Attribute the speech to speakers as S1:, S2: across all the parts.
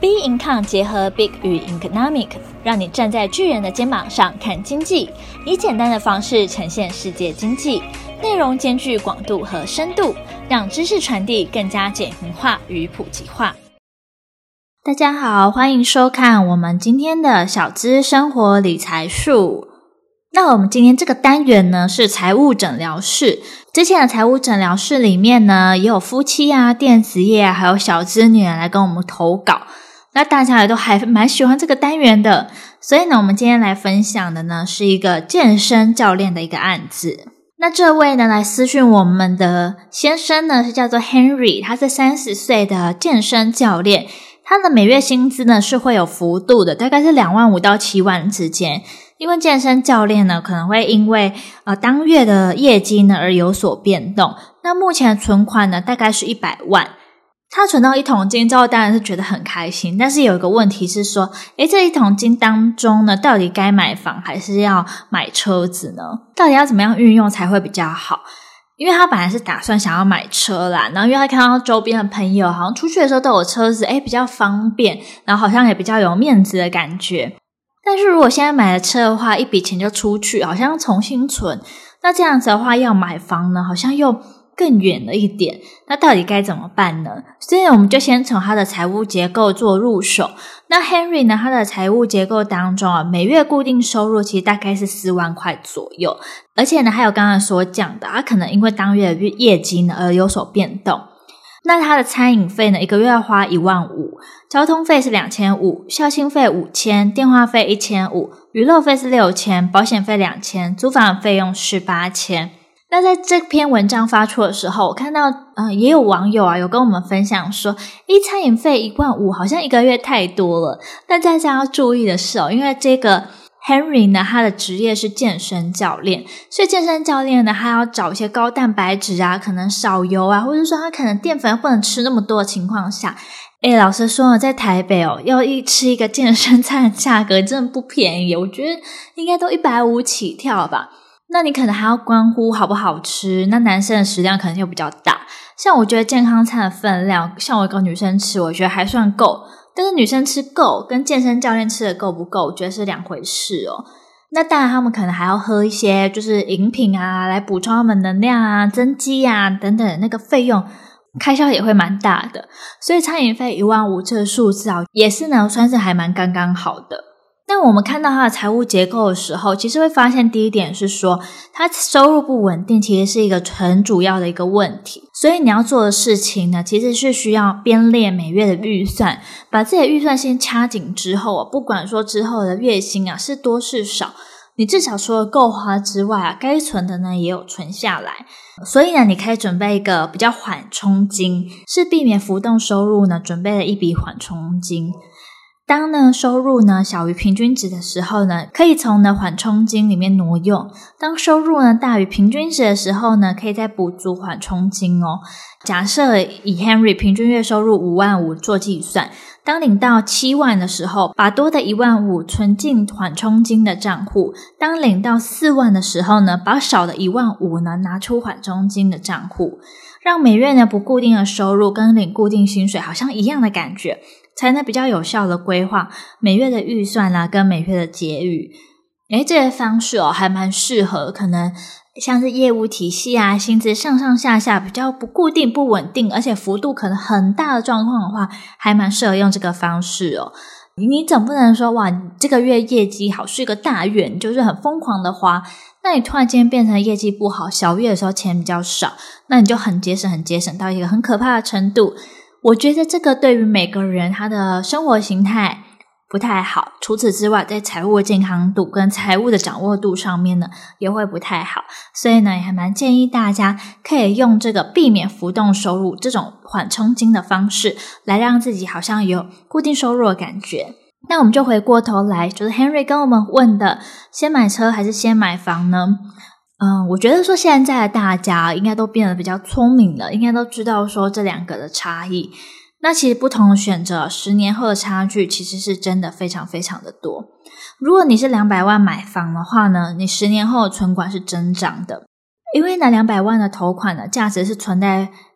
S1: Big Income 结合 Big 与 Economic， 让你站在巨人的肩膀上看经济，以简单的方式呈现世界经济，内容兼具广度和深度，让知识传递更加简明化与普及化。大家好，欢迎收看我们今天的小资生活理财术。那我们今天这个单元呢是财务诊疗室。之前的财务诊疗室里面呢，也有夫妻啊、电子业啊，还有小资女来跟我们投稿。那大家也都还蛮喜欢这个单元的，所以呢，我们今天来分享的呢是一个健身教练的一个案子。那这位呢来私讯我们的先生呢是叫做 Henry， 他是30岁的健身教练，他的每月薪资呢是会有幅度的，大概是2万5到7万之间。因为健身教练呢可能会因为当月的业绩呢而有所变动。那目前的存款呢大概是100万。他存到1桶金之后当然是觉得很开心，但是有一个问题是说这1桶金当中呢到底该买房还是要买车子呢？到底要怎么样运用才会比较好？因为他本来是打算想要买车啦，然后因为他看到周边的朋友好像出去的时候都有车子，比较方便，然后好像也比较有面子的感觉。但是如果现在买了车的话，一笔钱就出去，好像重新存，那这样子的话要买房呢好像又更远了一点，那到底该怎么办呢？所以我们就先从他的财务结构做入手。那 Henry 呢，他的财务结构当中每月固定收入其实大概是4万块左右，而且呢还有刚刚所讲的，他可能因为当月的业绩呢而有所变动。那他的餐饮费呢，一个月要花1万5，交通费是2500，校庆费5000，电话费1500，娱乐费是6000，保险费2000，租房费用是8000。那在这篇文章发出的时候，我看到也有网友有跟我们分享说餐饮费1万5好像一个月太多了。但大家要注意的是因为这个Henry 呢，他的职业是健身教练，所以健身教练呢，他要找一些高蛋白质啊，可能少油啊，或者说他可能淀粉不能吃那么多的情况下，老实说呢，在台北要吃一个健身餐的价格真的不便宜，我觉得应该都150起跳吧。那你可能还要关乎好不好吃，那男生的食量可能又比较大，像我觉得健康餐的分量，像我一个女生吃我觉得还算够，但是女生吃够跟健身教练吃的够不够我觉得是两回事那当然他们可能还要喝一些就是饮品啊，来补充他们能量啊、增肌啊等等，那个费用开销也会蛮大的，所以餐饮费1万5这个数字也是呢算是还蛮刚刚好的。那我们看到他的财务结构的时候，其实会发现第一点是说他收入不稳定其实是一个很主要的一个问题，所以你要做的事情呢其实是需要编列每月的预算，把自己的预算先掐紧之后不管说之后的月薪是多是少，你至少除了够花之外该存的呢也有存下来。所以呢你可以准备一个比较缓冲金，是避免浮动收入呢准备了一笔缓冲金。当呢收入呢小于平均值的时候呢，可以从呢缓冲金里面挪用，当收入呢大于平均值的时候呢，可以再补足缓冲金假设以 Henry 平均月收入5万5做计算，当领到7万的时候，把多的1万5存进缓冲金的账户，当领到4万的时候呢，把少的1万5呢拿出缓冲金的账户，让每月呢不固定的收入跟领固定薪水好像一样的感觉，才能比较有效的规划每月的预算跟每月的结余。这个方式还蛮适合可能像是业务体系薪资上上下下比较不固定不稳定，而且幅度可能很大的状况的话，还蛮适合用这个方式你总不能说哇，你这个月业绩好是一个大月，你就是很疯狂的花，那你突然间变成业绩不好，小月的时候钱比较少，那你就很节省到一个很可怕的程度。我觉得这个对于每个人他的生活形态不太好，除此之外在财务的健康度跟财务的掌握度上面呢也会不太好，所以呢也还蛮建议大家可以用这个避免浮动收入这种缓冲金的方式来让自己好像有固定收入的感觉。那我们就回过头来，就是 Henry 跟我们问的先买车还是先买房呢？我觉得说现在的大家应该都变得比较聪明了，应该都知道说这两个的差异。那其实不同的选择10年后的差距其实是真的非常非常的多。如果你是200万买房的话呢，你10年后的存款是增长的，因为呢200万的头款呢价值是存在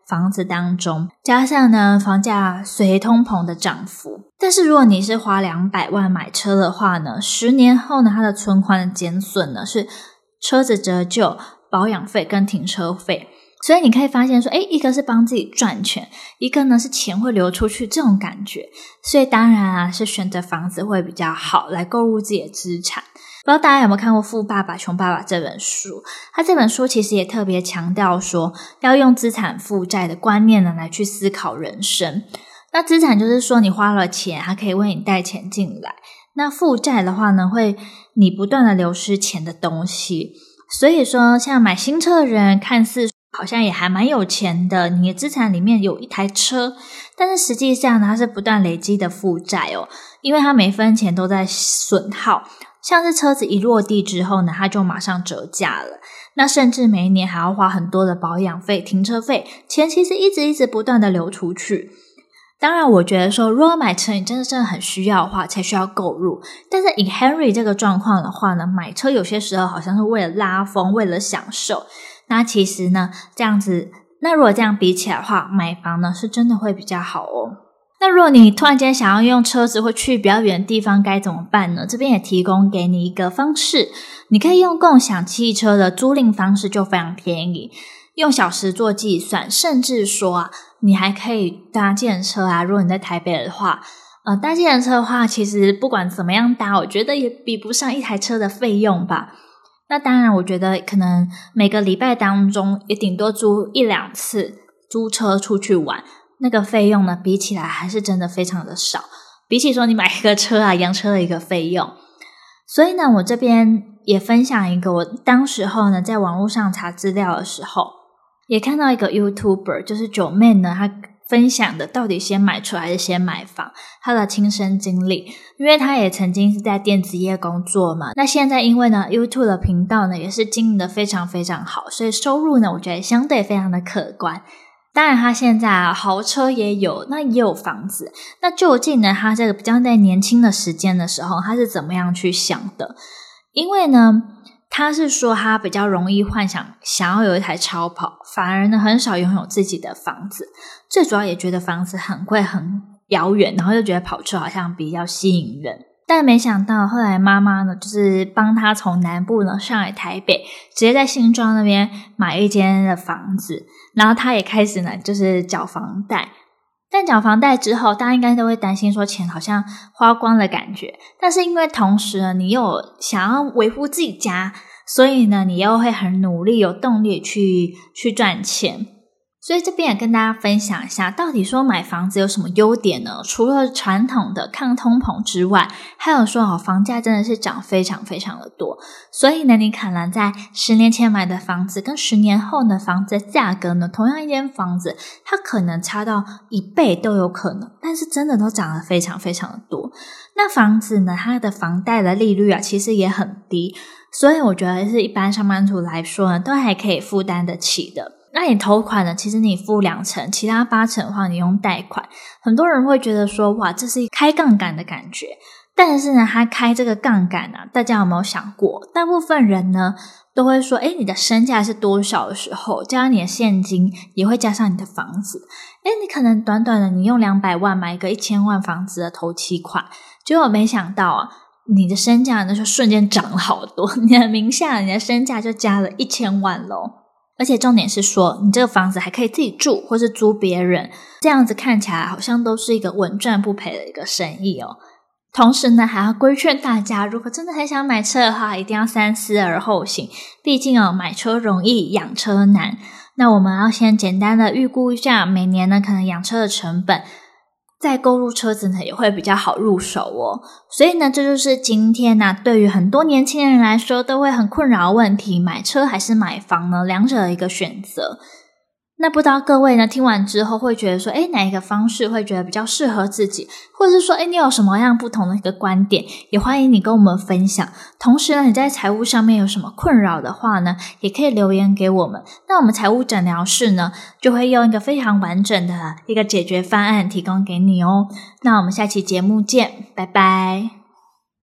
S1: 房子当中，加上呢房价随通膨的涨幅。但是如果你是花200万买车的话呢，10年后呢它的存款的减损呢是车子折旧、保养费跟停车费。所以你可以发现说一个是帮自己赚钱，一个呢是钱会流出去这种感觉。所以当然啊是选择房子会比较好来购入自己的资产。不知道大家有没有看过《富爸爸穷爸爸》这本书，他这本书其实也特别强调说要用资产负债的观念呢来去思考人生。那资产就是说你花了钱它可以为你带钱进来，那负债的话呢会你不断的流失钱的东西。所以说像买新车的人看似好像也还蛮有钱的，你的资产里面有一台车，但是实际上呢它是不断累积的负债因为它每分钱都在损耗。像是车子一落地之后呢它就马上折价了，那甚至每一年还要花很多的保养费、停车费，钱其实一直不断的流出去。当然我觉得说如果买车你真的很需要的话才需要购入，但是以 Henry 这个状况的话呢，买车有些时候好像是为了拉风，为了享受。那其实呢这样子，那如果这样比起来的话，买房呢是真的会比较好那如果你突然间想要用车子或去比较远的地方该怎么办呢？这边也提供给你一个方式，你可以用共享汽车的租赁方式，就非常便宜，用小时做计算，甚至说你还可以搭计程车如果你在台北的话搭计程车的话其实不管怎么样搭，我觉得也比不上一台车的费用吧。那当然我觉得可能每个礼拜当中也顶多租1-2次租车出去玩，那个费用呢比起来还是真的非常的少，比起说你买一个车养车的一个费用。所以呢我这边也分享一个我当时候呢在网络上查资料的时候也看到一个 YouTuber 就是九妹呢她分享的到底先买车还是先买房，他的亲身经历。因为他也曾经是在电子业工作嘛，那现在因为呢 YouTube 的频道呢也是经营的非常非常好，所以收入呢我觉得相对非常的可观。当然他现在豪车也有，那也有房子。那究竟呢他这个比较在年轻的时间的时候他是怎么样去想的？因为呢他是说他比较容易幻想想要有一台超跑，反而呢很少拥有自己的房子，最主要也觉得房子很贵很遥远，然后就觉得跑车好像比较吸引人。但没想到后来妈妈呢就是帮他从南部呢上来台北，直接在新庄那边买一间的房子，然后他也开始呢就是缴房贷。但缴房贷之后大家应该都会担心说钱好像花光的感觉，但是因为同时呢你又想要维护自己家，所以呢你又会很努力有动力去赚钱。所以这边也跟大家分享一下到底说买房子有什么优点呢？除了传统的抗通膨之外，还有说房价真的是涨非常非常的多，所以呢你可能在10年前买的房子跟10年后的房子的价格呢，同样一间房子它可能差到1倍都有可能，但是真的都涨得非常非常的多。那房子呢它的房贷的利率其实也很低，所以我觉得是一般上班族来说呢都还可以负担得起的。那你头款呢其实你付2成，其他8成的话你用贷款。很多人会觉得说哇这是开杠杆的感觉，但是呢他开这个杠杆大家有没有想过大部分人呢都会说你的身价是多少的时候加上你的现金也会加上你的房子，你可能短短的你用200万买一个1000万房子的头期款，结果没想到你的身价呢就瞬间涨了好多，你的名下你的身价就加了1000万咯。而且重点是说你这个房子还可以自己住或是租别人，这样子看起来好像都是一个稳赚不赔的一个生意同时呢还要规劝大家，如果真的很想买车的话一定要三思而后行，毕竟买车容易养车难。那我们要先简单的预估一下每年呢可能养车的成本，再购入车子呢也会比较好入手所以呢这就是今天对于很多年轻人来说都会很困扰的问题，买车还是买房呢两者的一个选择。那不知道各位呢听完之后会觉得说哪一个方式会觉得比较适合自己，或者是说你有什么样不同的一个观点，也欢迎你跟我们分享。同时呢你在财务上面有什么困扰的话呢也可以留言给我们，那我们财务诊疗室呢就会用一个非常完整的一个解决方案提供给你那我们下期节目见，拜拜。